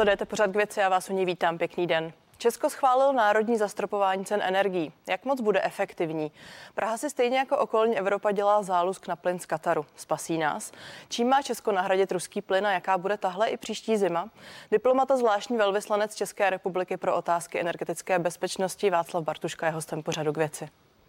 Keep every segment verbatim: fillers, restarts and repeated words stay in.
Sledujete pořad K věci, já vás u něj vítám, pěkný den. Česko schválilo národní zastropování cen energií. Jak moc bude efektivní? Praha si stejně jako okolní Evropa dělá zálusk na plyn z Kataru. Spasí nás? Čím má Česko nahradit ruský plyn a jaká bude tahle i příští zima? Diplomat a zvláštní velvyslanec České republiky pro otázky energetické bezpečnosti Václav Bartuška je hostem pořadu K věci.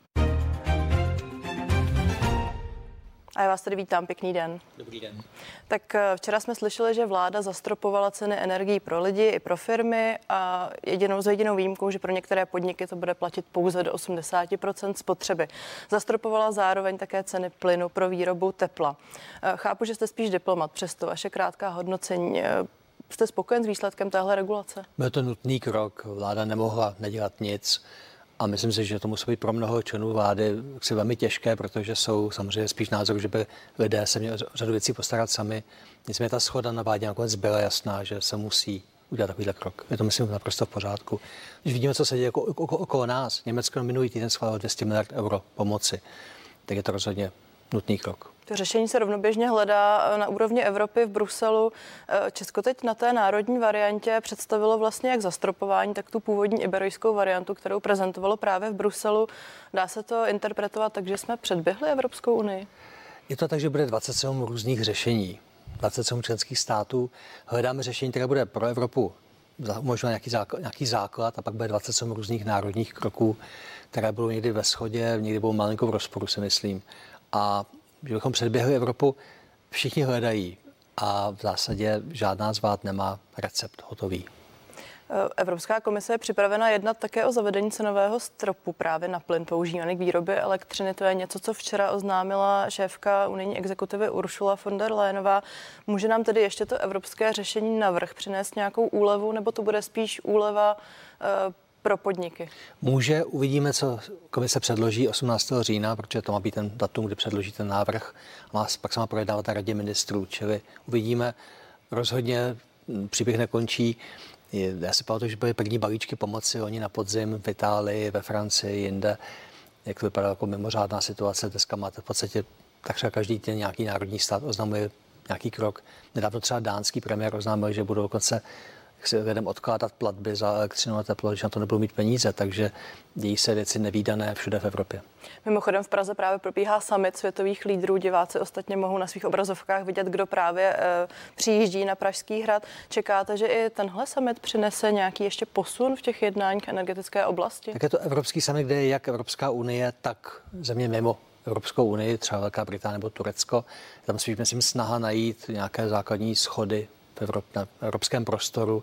A já vás tady vítám, pěkný den. Dobrý den. Tak včera jsme slyšeli, že vláda zastropovala ceny energií pro lidi i pro firmy a jedinou s jedinou výjimkou, že pro některé podniky to bude platit pouze do osmdesát procent spotřeby. Zastropovala zároveň také ceny plynu pro výrobu tepla. Chápu, že jste spíš diplomat, přesto vaše krátká hodnocení. Jste spokojen s výsledkem téhle regulace? Byl to nutný krok, vláda nemohla nedělat nic. A myslím si, že to musí být pro mnoho členů vlády si velmi těžké, protože jsou samozřejmě spíš názor, že by lidé se měli řadu věcí postarat sami. Nicméně ta shoda na vládě nakonec byla jasná, že se musí udělat takovýhle krok. Je to, myslím, naprosto v pořádku. Když vidíme, co se děje okolo, okolo nás, Německo minulý týden schválilo dvě stě miliard euro pomoci, tak je to rozhodně nutný krok. To řešení se rovnoběžně hledá na úrovni Evropy v Bruselu. Česko teď na té národní variantě představilo vlastně jak zastropování, tak tu původní iberojskou variantu, kterou prezentovalo právě v Bruselu. Dá se to interpretovat tak, že jsme předběhli Evropskou unii? Je to tak, že bude dvacet sedm různých řešení. dvacet sedm členských států. Hledáme řešení, které bude pro Evropu možná nějaký základ, nějaký základ a pak bude dvacet sedm různých národních kroků, které budou někdy ve shodě, někdy budou malinkou v rozporu, si myslím. A že bychom předběhli Evropu, všichni hledají a v zásadě žádná z vlád nemá recept hotový. Evropská komise je připravena jednat také o zavedení cenového stropu právě na plyn používaný k výrobě elektřiny. To je něco, co včera oznámila šéfka unijní exekutivy Ursula von der Leyenová. Může nám tedy ještě to evropské řešení navrch přinést nějakou úlevu, nebo to bude spíš úleva pro podniky? Může, uvidíme, co komise předloží osmnáctého října, protože to má být ten datum, kdy předloží ten návrh. Má, pak se má projednávat na radě ministrů, čili uvidíme. Rozhodně příběh nekončí. Já si pamatuju, že byly první balíčky pomoci, oni na podzim v Itálii, ve Francii, jinde. Jak to vypadá jako mimořádná situace, dneska máte v podstatě takřka každý den nějaký národní stát oznamuje nějaký krok. Nedávno třeba dánský premiér oznámil, že budou dokonce si lidem odkládat platby za elektřinu a teplo, když na to nebudou mít peníze, takže dějí se věci nevídané všude v Evropě. Mimochodem v Praze právě probíhá summit světových lídrů. Diváci ostatně mohou na svých obrazovkách vidět, kdo právě e, přijíždí na Pražský hrad. Čekáte, že i tenhle summit přinese nějaký ještě posun v těch jednáních energetické oblasti? Tak je to Evropský summit, kde je jak Evropská unie, tak země mimo Evropskou unii, třeba Velká Británie nebo Turecko. Tam spíš, myslím, snaha najít nějaké základní schody v Evrop, na evropském prostoru.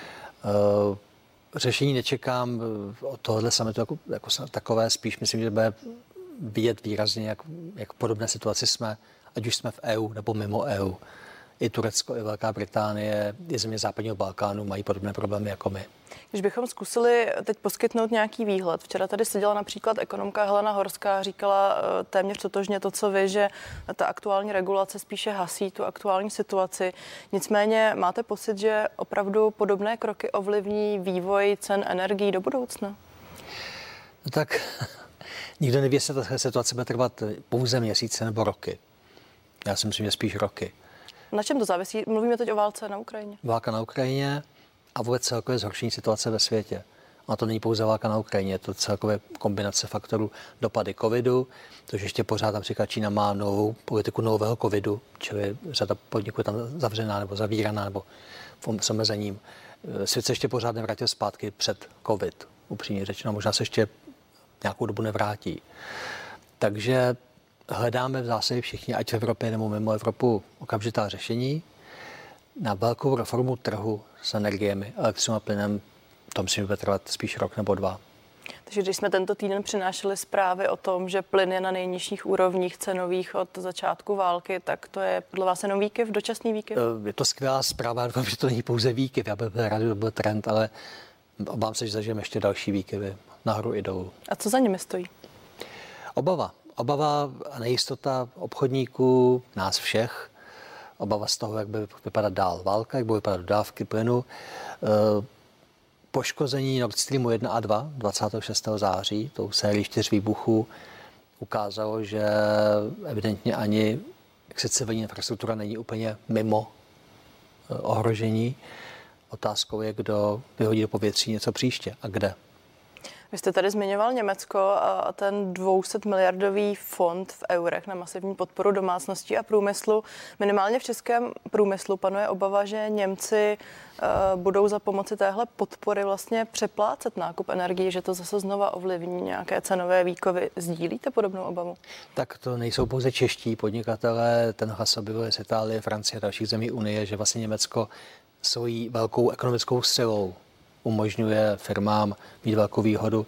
Řešení nečekám od tohohle summitu jako, jako takové, spíš myslím, že bude vidět výrazně, jak, jak v podobné situaci jsme, ať už jsme v E U nebo mimo E U. I Turecko, i Velká Británie, i země západního Balkánu mají podobné problémy jako my. Když bychom zkusili teď poskytnout nějaký výhled. Včera tady seděla například ekonomka Helena Horská, říkala téměř totožně to, co vy, že ta aktuální regulace spíše hasí tu aktuální situaci. Nicméně máte pocit, že opravdu podobné kroky ovlivní vývoj cen energií do budoucna? No tak nikdo neví, jestli ta situace bude trvat pouze měsíce nebo roky. Já si myslím, že spíš roky. Na čem to závisí? Mluvíme teď o válce na Ukrajině. Válka na Ukrajině a vůbec celkově zhoršení situace ve světě. A to není pouze válka na Ukrajině, je to celkově kombinace faktorů, dopady covidu, to, že ještě pořád například Čína má novou politiku nového covidu, čili řada podniků je tam zavřená nebo zavíraná nebo s omezením. Svět se ještě pořád nevrátil zpátky před covid, upřímně řečeno, možná se ještě nějakou dobu nevrátí. Takže hledáme v zásadě všichni, ať v Evropě nebo mimo Evropu, okamžitá řešení na velkou reformu trhu s energiemi, elektřinou a plynem. To musíme bude trvat spíš rok nebo dva. Takže když jsme tento týden přinášeli zprávy o tom, že plyn je na nejnižších úrovních cenových od začátku války, tak to je podle vás jenom výkyv, dočasný výkyv? Je to skvělá zpráva, doufám, že to není pouze výkyv. Já bych byl rád, že to byl trend, ale obávám se, že zažijeme ještě další výkyvy nahoru i dolů. A co za nimi stojí? Obava. Obava a nejistota obchodníků, nás všech. Obava z toho, jak by vypadat dál válka, jak by vypadat dodávky plynu. Poškození Nord Streamu jedna a dva dvacátého šestého září, tou sérií čtyř výbuchů, ukázalo, že evidentně ani civilní infrastruktura není úplně mimo ohrožení. Otázkou je, kdo vyhodí do povětří něco příště a kde. Vy jste tady zmiňoval Německo a ten dvě stě miliardový fond v eurech na masivní podporu domácností a průmyslu. Minimálně v českém průmyslu panuje obava, že Němci uh, budou za pomoci téhle podpory vlastně přeplácet nákup energie, že to zase znova ovlivní nějaké cenové výkovy. Sdílíte podobnou obavu? Tak to nejsou pouze čeští podnikatelé, ten hlas objevuje z Itálie, Francie a dalších zemí Unie, že vlastně Německo svojí velkou ekonomickou silou umožňuje firmám mít velkou výhodu.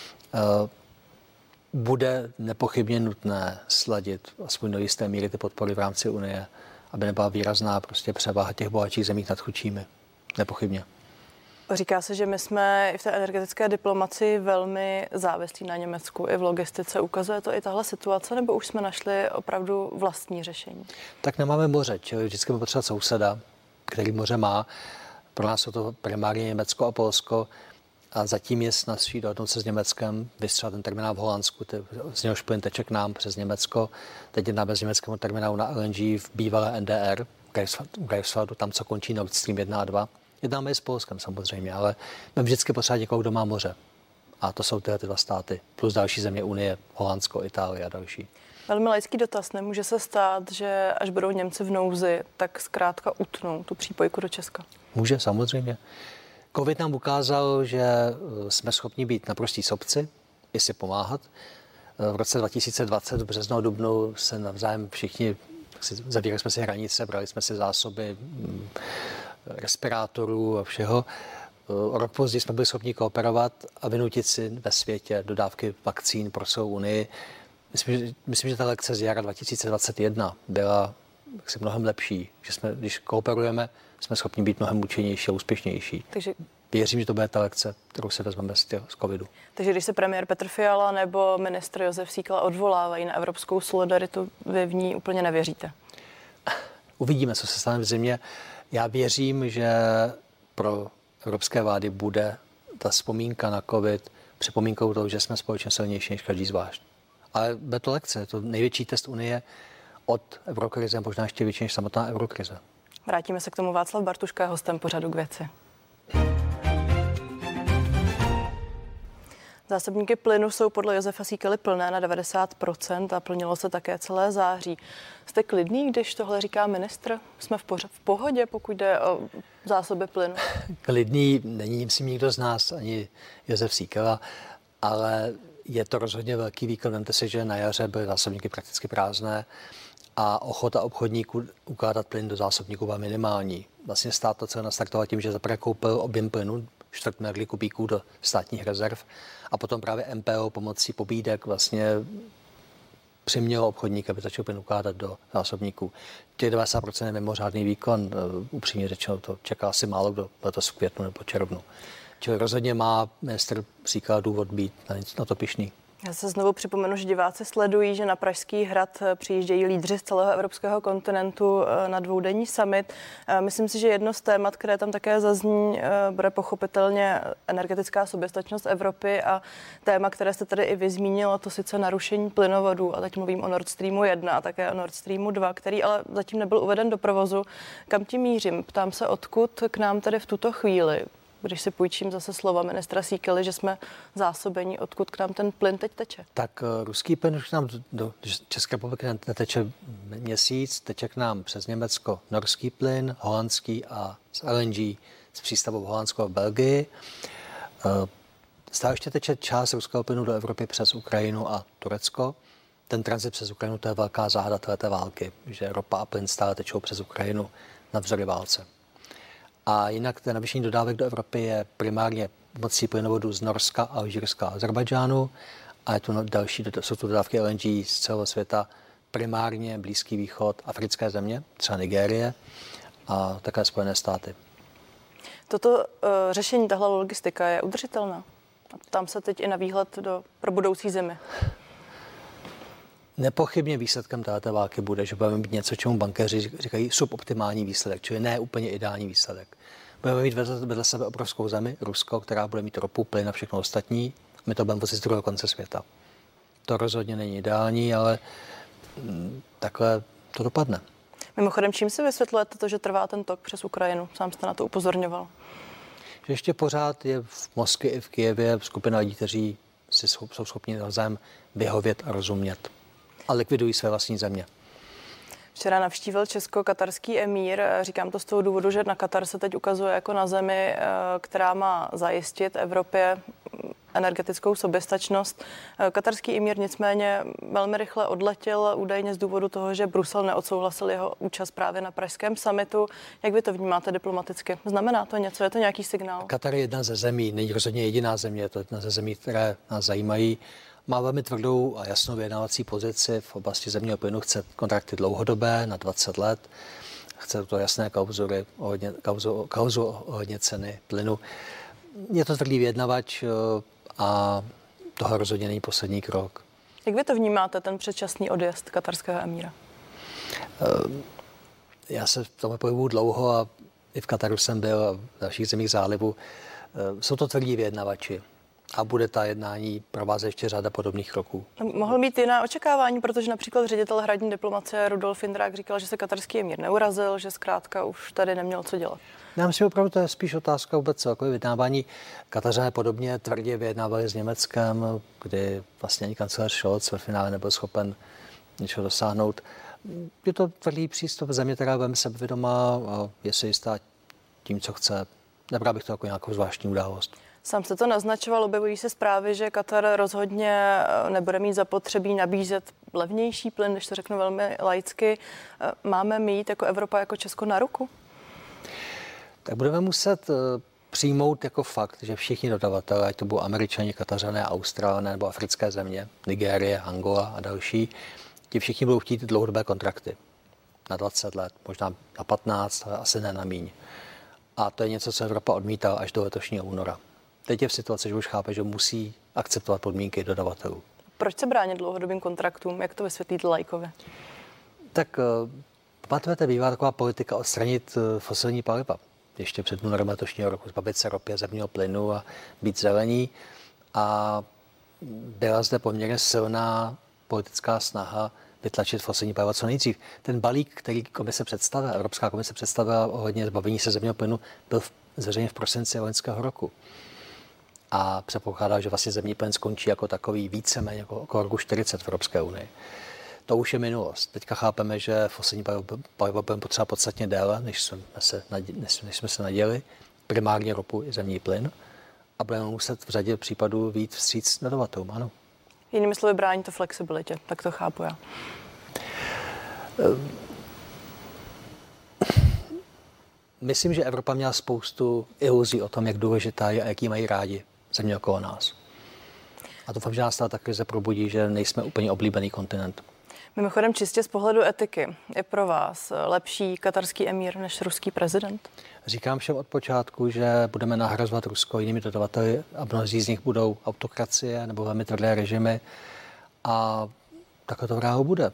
Bude nepochybně nutné sladit aspoň do jisté míry ty podpory v rámci Unie, aby nebyla výrazná prostě převaha těch bohatších zemí nad chudšími. Nepochybně. Říká se, že my jsme i v té energetické diplomaci velmi závislí na Německu, i v logistice. Ukazuje to i tahle situace, nebo už jsme našli opravdu vlastní řešení? Tak nemáme moře, čili vždycky budeme potřebovat souseda, který moře má. Pro nás jsou to primárně Německo a Polsko a zatím je snazší dohodnout se s Německem, vystřelat ten terminál v Holandsku, ty, z něhož plyn teče k nám přes Německo. Teď jednáme s německým terminálu na L N G v bývalé N D R, v Greifswaldu, tam, co končí Nord Stream jedna a dva. Jednáme i s Polskem samozřejmě, ale my vždycky potřebujeme někoho, kdo má moře. A to jsou tyhle ty dva státy, plus další země Unie, Holandsko, Itálie a další. Velmi laický dotaz. Nemůže se stát, že až budou Němci v nouzi, tak zkrátka utnou tu přípojku do Česka? Může, samozřejmě. Covid nám ukázal, že jsme schopni být naprostí sobci, i si pomáhat. V roce dva tisíce dvacet v březnu a dubnu se navzájem všichni, zavírali jsme si hranice, brali jsme si zásoby respirátorů a všeho. O rok později jsme byli schopni kooperovat a vynutit si ve světě dodávky vakcín pro celou Unii. Myslím, že, myslím, že ta lekce z jara dva tisíce dvacet jedna byla jaksi mnohem lepší, že jsme, když kooperujeme, jsme schopni být mnohem účinnější a úspěšnější. Takže věřím, že to bude ta lekce, kterou se vezmeme z, těch, z covidu. Takže když se premiér Petr Fiala nebo ministr Josef Síkela odvolávají na evropskou solidaritu, vy v ní úplně nevěříte? Uvidíme, co se stane v zimě. Já věřím, že pro evropské vlády bude ta vzpomínka na covid připomínkou toho, že jsme společně silnější než každý zvlášť. Ale bude to lekce, je to největší test Unie od eurokrize, možná ještě větší než samotná eurokrize. Vrátíme se k tomu. Václav Bartuška je hostem pořadu K věci. Zásobníky plynu jsou podle Josefa Síkely plné na devadesát procent a plnilo se také celé září. Jste klidný, když tohle říká ministr? Jsme v, poř- v pohodě, pokud jde o zásoby plynu? Klidný není si nikdo z nás, ani Josef Síkela, ale je to rozhodně velký výkon. Vemte si, že na jaře byly zásobníky prakticky prázdné a ochota obchodníků ukládat plyn do zásobníků byla minimální. Vlastně stát to celé nastartoval tím, že zaprvé koupil objem plynu, čtvrt miliardy kubíků do státních rezerv a potom právě M P O pomocí pobídek vlastně přimělo obchodníka, aby začal plyn ukládat do zásobníků. Těch devadesát procent je mimořádný výkon, upřímně řečeno to čeká asi málo kdo letos v květnu nebo červnu. Čili rozhodně má ministr Síkela důvod být na, na to pyšný. Já se znovu připomenu, že diváci sledují, že na Pražský hrad přijíždějí lídři z celého evropského kontinentu na dvoudenní summit. Myslím si, že jedno z témat, které tam také zazní, bude pochopitelně energetická soběstačnost Evropy a téma, které jste tady i vy zmínila, to sice narušení plynovodů, a teď mluvím o Nord Streamu jedna a také o Nord Streamu dva, který ale zatím nebyl uveden do provozu. Kam tím mířím? Ptám se, odkud k nám tady v tuto chvíli, když si půjčím zase slova ministra Síkely, že jsme zásobení, odkud k nám ten plyn teď teče? Tak uh, ruský plyn už k nám do České republiky neteče měsíc, teče k nám přes Německo norský plyn, holandský a z L N G z přístavu v Holandsku a v Belgii. Uh, stále ještě teče část ruského plynu do Evropy přes Ukrajinu a Turecko. Ten tranzit přes Ukrajinu, to je velká záhada této války, že ropa a plyn stále tečou přes Ukrajinu navzdory válce. A jinak ten navýšení dodávek do Evropy je primárně pomocí plynovodu z Norska, Alžírska a Azerbajdžánu. A je tu další, jsou tu dodávky L N G z celého světa, primárně Blízký východ, africké země, třeba Nigérie a také Spojené státy. Toto uh, řešení, tahle logistika je udržitelná? Tam se teď i na výhled do, pro budoucí zimy. Nepochybně výsledkem této války bude, že budeme mít něco, čemu bankéři říkají suboptimální výsledek, čili ne úplně ideální výsledek. Budeme mít vedle, vedle sebe obrovskou zemi, Rusko, která bude mít ropu, plyn a všechno ostatní. My to budeme vozit z druhého konce světa. To rozhodně není ideální, ale hm, takhle to dopadne. Mimochodem, čím si vysvětlujete to, že trvá ten tok přes Ukrajinu? Sám jste na to upozorňoval. Že ještě pořád je v Moskvě i v Kyjevě skupina lidí, kteří si jsou, jsou schopni navzájem vyhovět a rozumět. A likvidují své vlastní země. Včera navštívil Česko katarský emír. Říkám to z toho důvodu, že na Katar se teď ukazuje jako na zemi, která má zajistit Evropě energetickou soběstačnost. Katarský emír nicméně velmi rychle odletěl, údajně z důvodu toho, že Brusel neodsouhlasil jeho účast právě na pražském summitu. Jak vy to vnímáte diplomaticky? Znamená to něco? Je to nějaký signál? Katar je jedna ze zemí, není rozhodně jediná země, je to jedna ze zemí, které nás zajímají. Má velmi tvrdou a jasnou vyjednávací pozici v oblasti zemního plynu, chce kontrakty dlouhodobé na dvacet let, chce to jasné klauzuly, ohledně, klauzu, klauzu ohledně ceny plynu. Je to tvrdý vyjednavač a toho rozhodně není poslední krok. Jak vy to vnímáte, ten předčasný odjezd katarského emíra? Já se v tom pohybuju dlouho a i v Kataru jsem byl a v dalších zemích zálivu. Jsou to tvrdí vyjednavači. A bude ta jednání provázet ještě řada podobných kroků. Mohl mít jiná očekávání, protože například ředitel hradní diplomacie Rudolf Jindrák říkal, že se katarský emír neurazil, že zkrátka už tady neměl co dělat. Já myslím, opravdu to je spíš otázka vůbec celkové vyjednávání. Katařané podobně tvrdě vyjednávali s Německem, kdy vlastně ani kancléř Scholz ve finále nebyl schopen něčeho dosáhnout. Je to tvrdý přístup země, která je velmi sebevědomá a je si jistá tím, co chce. Nebral bych to jako nějakou zvláštní událost. Sám se to naznačoval, objevují se zprávy, že Katar rozhodně nebude mít zapotřebí nabízet levnější plyn, když to řeknu velmi laicky. Máme mít jako Evropa, jako Česko na ruku? Tak budeme muset přijmout jako fakt, že všichni dodavatelé, ať to budou Američani, Katařané, Australané nebo africké země, Nigérie, Angola a další, ti všichni budou chtít dlouhodobé kontrakty na dvacet let, možná na patnáct, ale asi ne na míň. A to je něco, co Evropa odmítala až do letošního února. Teď je v situaci, že už chápe, že musí akceptovat podmínky dodavatelů. Proč se bránit dlouhodobým kontraktům? Jak to vysvětlíte laikovi? Tak pamatujete, bývá taková politika odstranit fosilní paliva. Ještě před únorem letošního roku zbavit se ropy a zemního plynu a být zelení. A byla zde poměrně silná politická snaha vytlačit fosilní paliva co nejdřív. Ten balík, který komise představila, Evropská komise představila ohledně zbavení se zemního plynu, byl zveřejněn v prosinci loňského roku. A předpokládá, že vlastně zemní plyn skončí jako takový víceméně jako okolo roku čtyřicet v Evropské unii. To už je minulost. Teďka chápeme, že fosilní palivo budeme potřeba podstatně déle, než jsme se, než, než jsme se naděli, primárně ropu i zemní plyn. A budeme muset v řadě případů vyjít vstříc dodavatelům, ano. Jinými slovy brání to flexibilitě, tak to chápu já. Myslím, že Evropa měla spoustu iluzí o tom, jak důležitá je a jaký mají rádi země okolo nás. A doufám, že nás ta krize probudí, že nejsme úplně oblíbený kontinent. Mimochodem, čistě z pohledu etiky, je pro vás lepší katarský emír než ruský prezident? Říkám všem od počátku, že budeme nahrazovat Rusko jinými dodavateli a mnozí z nich budou autokracie nebo velmi tvrdé režimy. A takhle to v reálu bude.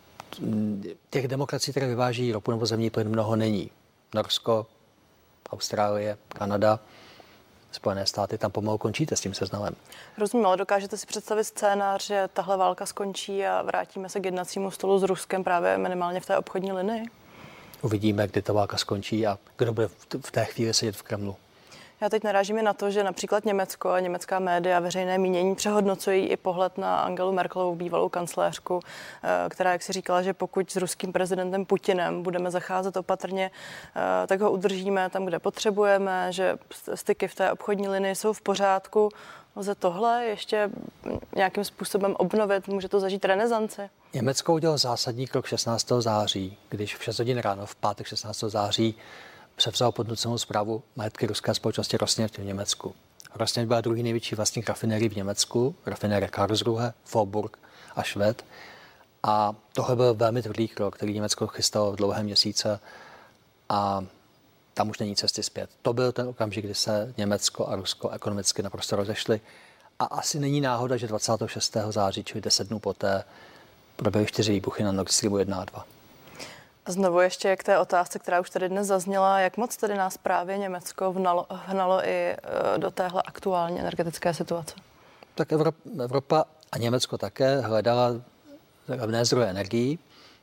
Těch demokracií, které vyváží ropu nebo zemní plyn, mnoho není. Norsko, Austrálie, Kanada, Spojené státy, tam pomalu končíte s tím seznamem. Rozumím, ale dokážete si představit scénář, že tahle válka skončí a vrátíme se k jednacímu stolu s Ruskem právě minimálně v té obchodní linii? Uvidíme, kdy ta válka skončí a kdo bude v té chvíli sedět v Kremlu. Já teď narážím i na to, že například Německo a německá média, veřejné mínění přehodnocují i pohled na Angelu Merkelovou, bývalou kancléřku, která, jak si říkala, že pokud s ruským prezidentem Putinem budeme zacházet opatrně, tak ho udržíme tam, kde potřebujeme, že styky v té obchodní linii jsou v pořádku. Lze tohle ještě nějakým způsobem obnovit? Může to zažít renesanci? Německo udělalo zásadní krok šestnáctého září, když v šest hodin ráno, v pátek šestnáctého září, převzal pod nucenou správu majetky ruské společnosti Rosneft v Německu. Rosneft byla druhý největší vlastník rafinérií v Německu, rafinérie Karlsruhe, Vorburg a Schwedt. A tohle byl velmi tvrdý krok, který Německo chystalo v dlouhé měsíce a tam už není cesty zpět. To byl ten okamžik, kdy se Německo a Rusko ekonomicky naprosto rozešly. A asi není náhoda, že dvacátého šestého září, čili deset dnů poté, proběhly čtyři výbuchy na Nord Streamu jedna a dva. Znovu ještě k té otázce, která už tady dnes zazněla, jak moc tedy nás právě Německo vhnalo, vhnalo i do téhle aktuální energetické situace? Tak Evropa a Německo také hledala levné zdroje energií.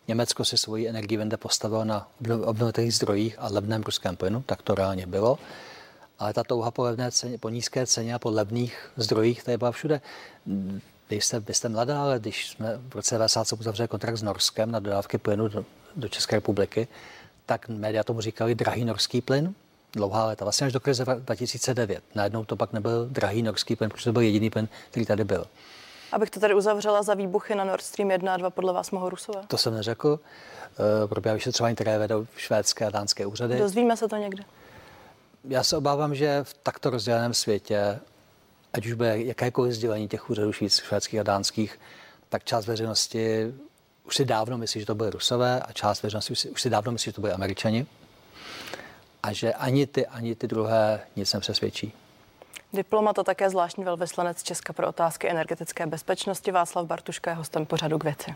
Německo si svoji energii vende postavilo na obnovitelných zdrojích a levném ruském plynu, tak to reálně bylo. Ale ta touha po, levné ceně, po nízké ceně a po levných zdrojích tady byla všude. Vy jste, vy jste mladá, ale když jsme v roce devadesát sedm uzavřeli kontrakt s Norskem na dodávky plynu do, do České republiky, tak média tomu říkali drahý norský plyn. Dlouhá léta, vlastně až do krize dva tisíce devět. Najednou to pak nebyl drahý norský plyn, protože to byl jediný plyn, který tady byl. Abych to tady uzavřela, za výbuchy na Nord Stream jedna a dva podle vás mohou Rusové? To jsem neřekl. E, probíhá vyšetřování, které vedou švédské a dánské úřady. Dozvíme se to někde? Já se obávám, že v takto rozděleném světě, ať už bude jakékoliv sdělení těch úřadů švédských a dánských, tak část veřejnosti už si dávno myslí, že to byly Rusové a část veřejnosti už si, už si dávno myslí, že to byly Američani. A že ani ty, ani ty druhé nic nepřesvědčí. Diplomat a také zvláštní velvyslanec Česka pro otázky energetické bezpečnosti Václav Bartuška je hostem pořadu K věci.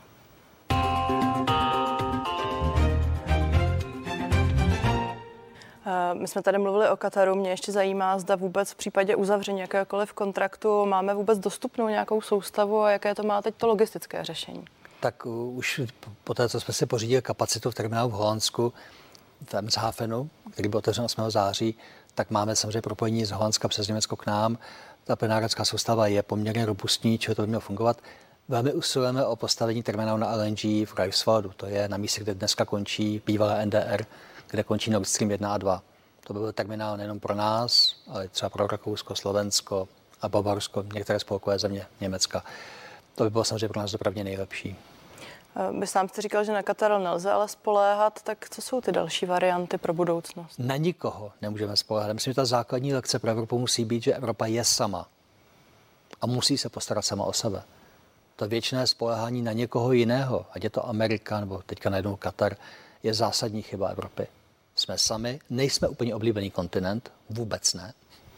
My jsme tady mluvili o Kataru. Mě ještě zajímá, zda vůbec v případě uzavření jakéhokoliv kontraktu máme vůbec dostupnou nějakou soustavu a jaké to má teď to logistické řešení. Tak už po té, co jsme si pořídili kapacitu v terminálu v Holandsku, v Eemshafenu, který byl otevřen osmého září, tak máme samozřejmě propojení z Holandska přes Německo k nám. Ta plynárenská soustava je poměrně robustní, čeho to by mělo fungovat. Velmi usilujeme o postavení terminálu na L N G v Greifswaldu. To je na místě, kde dneska končí bývalé N D R, kde končí Nord Stream jedna a dva. To by byl terminál nejen pro nás, ale třeba pro Rakousko, Slovensko a Bavorsko, některé spolkové země Německa. To by bylo samozřejmě pro nás dopravně nejlepší. Vy sám jste říkal, že na Katar nelze ale spoléhat, tak co jsou ty další varianty pro budoucnost? Na nikoho nemůžeme spoléhat. Myslím, že ta základní lekce pro Evropu musí být, že Evropa je sama a musí se postarat sama o sebe. To věčné spoléhání na někoho jiného, ať je to Amerika nebo teďka najednou Katar, je zásadní chyba Evropy. Jsme sami, nejsme úplně oblíbený kontinent, vůbec ne.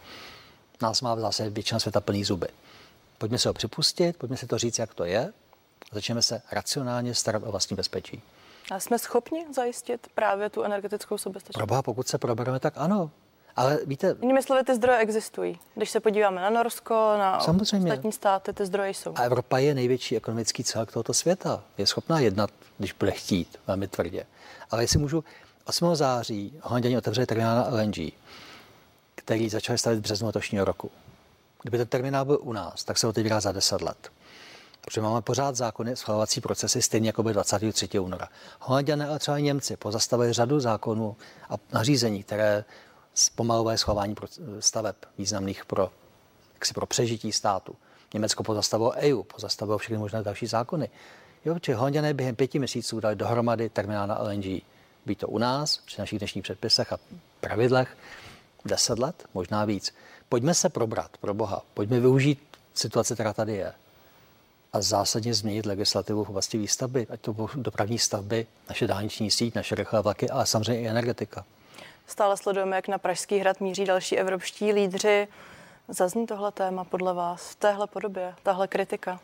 Nás má v zásadě většina světa plný zuby. Pojďme se ho připustit, pojďme si to říct, jak to je. Začneme se racionálně starat o vlastní bezpečí. A jsme schopni zajistit právě tu energetickou soběstačnost? Proboha, pokud se probereme, tak ano. Ale víte... Jinými slovy, ty zdroje existují. Když se podíváme na Norsko, na samozřejmě. Ostatní státy, ty zdroje jsou. A Evropa je největší ekonomický celek tohoto světa. Je schopná jednat, když bude chtít, velmi tvrdě. Ale jestli můžu, osmého září Holanděni otevřeli terminál na L N G, který začali stavit v březnu letošního roku. Kdyby ten terminál byl u nás, tak se otevírá za deset let. Protože máme pořád zákony, schvalovací procesy, stejně jako by dvacátého třetího února. Holanďané, ale třeba Němci pozastavili řadu zákonů a nařízení, které zpomalují schvalování staveb významných pro, jaksi pro přežití státu. Německo pozastavilo E U, pozastavilo všechny možné další zákony. Jo, protože Holanďané během pěti měsíců dali dohromady terminál na L N G. Být to u nás, při našich dnešních předpisech a pravidlech, deset let, možná víc. Pojďme se probrat, pro boha. Pojďme využít situace, která tady je. A zásadně změnit legislativu v oblasti výstavby, ať to budou dopravní stavby, naše dálniční síť, naše rychlé vlaky, ale samozřejmě i energetika. Stále sledujeme, jak na Pražský hrad míří další evropští lídři. Zazní tohle téma podle vás v téhle podobě, tahle kritika?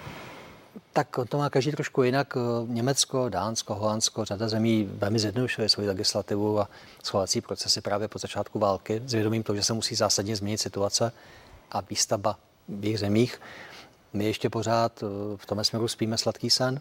Tak to má každý trošku jinak. Německo, Dánsko, Holandsko, řada zemí velmi zjednodušuje svoji legislativu a schvalovací procesy právě po začátku války s vědomím toho, že se musí zásadně změnit situace a výstavba v jejich zemích. My ještě pořád v tomhle směru spíme sladký sen.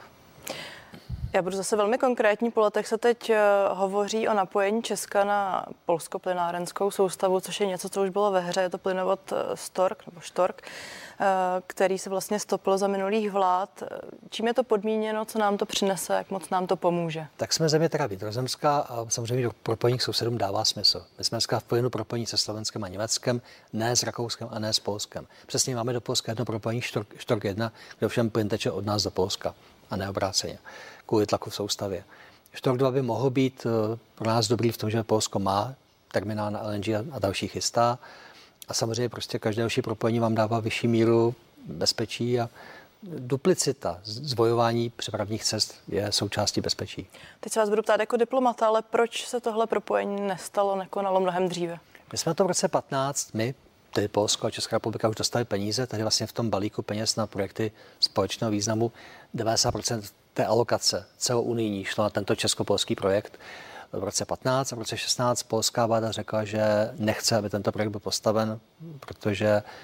Já budu zase velmi konkrétní. Po letech se teď hovoří o napojení Česka na polsko-plynárenskou soustavu, což je něco, co už bylo ve hře. Je to plynovod Stork, nebo Štork, který se vlastně stopil za minulých vlád. Čím je to podmíněno, co nám to přinese, jak moc nám to pomůže? Tak jsme země teda vnitrozemská a samozřejmě propojení k sousedům dává smysl. My jsme dneska v plynu propojení se Slovenskem a Německem, ne s Rakouskem a ne s Polskem. Přesně máme do Polska jedno propojení Štork, Štork jedna, kde ovšem plyn teče od nás do Polska a ne obráceně, kvůli tlaku v soustavě. Štork dva by mohl být pro nás dobrý v tom, že Polsko má terminál na L N G a další chystá. A samozřejmě prostě každé další propojení vám dává vyšší míru bezpečí a duplicita zvojování přepravních cest je součástí bezpečí. Teď se vás budu ptát jako diplomata, ale proč se tohle propojení nestalo, nekonalo mnohem dříve? My jsme to v roce patnáct, my, tedy Polsko a Česká republika, už dostali peníze, tedy vlastně v tom balíku peněz na projekty společného významu devadesát procent té alokace celounijní šlo na tento česko-polský projekt. V roce patnáct a v roce šestnáct polská vláda řekla, že nechce, aby tento projekt byl postaven, protože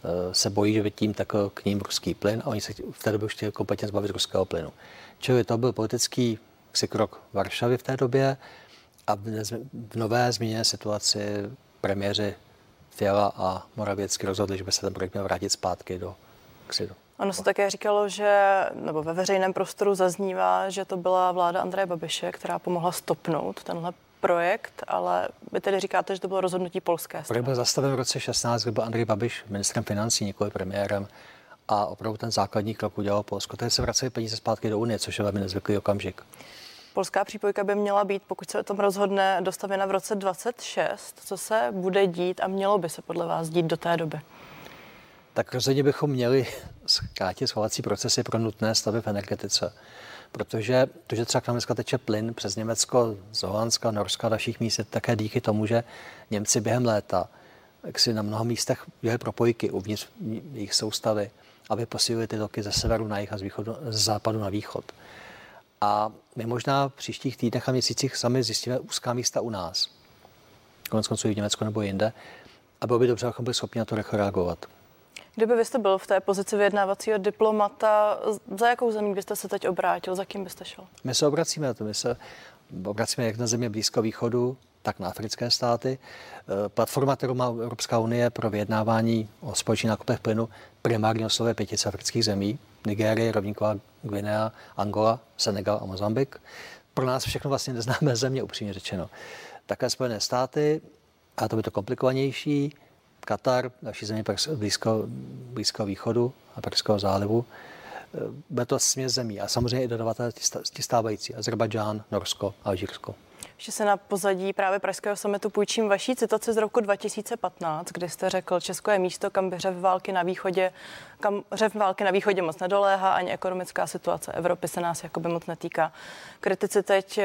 se bojí, že by tím takl k ním ruský plyn a oni se v té době už chtěli kompletně zbavit ruského plynu. Čili to byl politický krok Varšavy v té době a v nové změněné situaci premiéři Fiala a Morawiecki rozhodli, že by se ten projekt měl vrátit zpátky do Ksidu. Ono se také říkalo, že, nebo ve veřejném prostoru zaznívá, že to byla vláda Andreje Babiše, která pomohla stopnout tenhle projekt, ale vy tedy říkáte, že to bylo rozhodnutí polské strany. Projekt byl zastaven v roce šestnáct, kdy byl Andrej Babiš ministrem financí, nikoli premiérem, a opravdu ten základní krok udělal Polsko. Teď se vracejí peníze zpátky do Unie, což je velmi nezvyklý okamžik. Polská přípojka by měla být, pokud se o tom rozhodne, dostavěna v roce dvacet šest. Co se bude dít a mělo by se podle vás dít do té doby? Tak rozhodně bychom měli zkrátit schvalovací procesy pro nutné stavby v energetice. Protože to, že třeba k nám dneska teče plyn přes Německo, z Holandska, Norska a dalších míst, je také díky tomu, že Němci během léta jak si na mnoha místech dělali propojky uvnitř jejich soustavy, aby posílili ty toky ze severu na jih a z, východu, z západu na východ. A my možná v příštích týdnech a měsících sami zjistíme úzká místa u nás. Konec konců i v Německu nebo jinde. A bylo by dobře, abychom byli schopni na to rychle reagovat. Kdyby vy jste byl v té pozici vyjednávacího diplomata, za jakou zemí byste se teď obrátil, za kým byste šel? My se obracíme na to, my se obracíme jak na země Blízkého východu, tak na africké státy. Platforma, kterou má Evropská unie pro vyjednávání o společných nákupech plynu, primárně oslovuje pětice afrických zemí. Nigérie, Rovníková Guinea, Angola, Senegal a Mozambik. Pro nás všechno vlastně neznámé země, upřímně řečeno. Také Spojené státy, a to by to komplikovanější, Katar, další země Blízkého, Blízkého východu a Perského zálivu. Bude to směs zemí a samozřejmě i dodavatelé ti stávající, Azerbajdžán, Norsko, Alžírsko. Ještě se na pozadí právě Pražského summitu půjčím vaší citaci z roku dva tisíce patnáct, kdy jste řekl, Česko je místo, kam by řev války na východě, kam řev války na východě moc nedoléhá, ani ekonomická situace Evropy se nás jakoby moc netýká. Kritici teď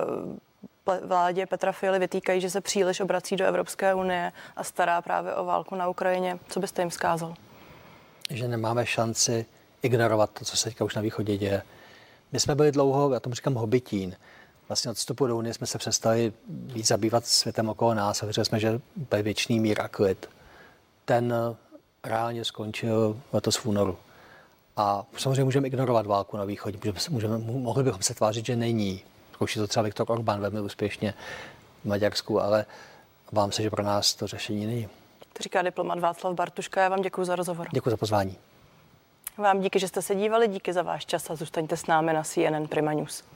vládě Petra Fialy vytýkají, že se příliš obrací do Evropské unie a stará právě o válku na Ukrajině. Co byste jim vzkázal? Že nemáme šanci ignorovat to, co se teďka už na východě děje. My jsme byli dlouho, já tomu říkám hobitín. Vlastně od vstupu do Unie jsme se přestali víc zabývat světem okolo nás a věřili jsme, že byl věčný mír a klid. Ten reálně skončil letos v únoru. A samozřejmě můžeme ignorovat válku na východě, můžeme, mohli bychom se tvářit, že není. Zkouší to třeba Viktor Orbán velmi úspěšně v Maďarsku, ale vám se, že pro nás to řešení není. To říká diplomat Václav Bartuška. Já vám děkuji za rozhovor. Děkuji za pozvání. Vám díky, že jste se dívali, díky za váš čas a zůstaňte s námi na C N N Prima News.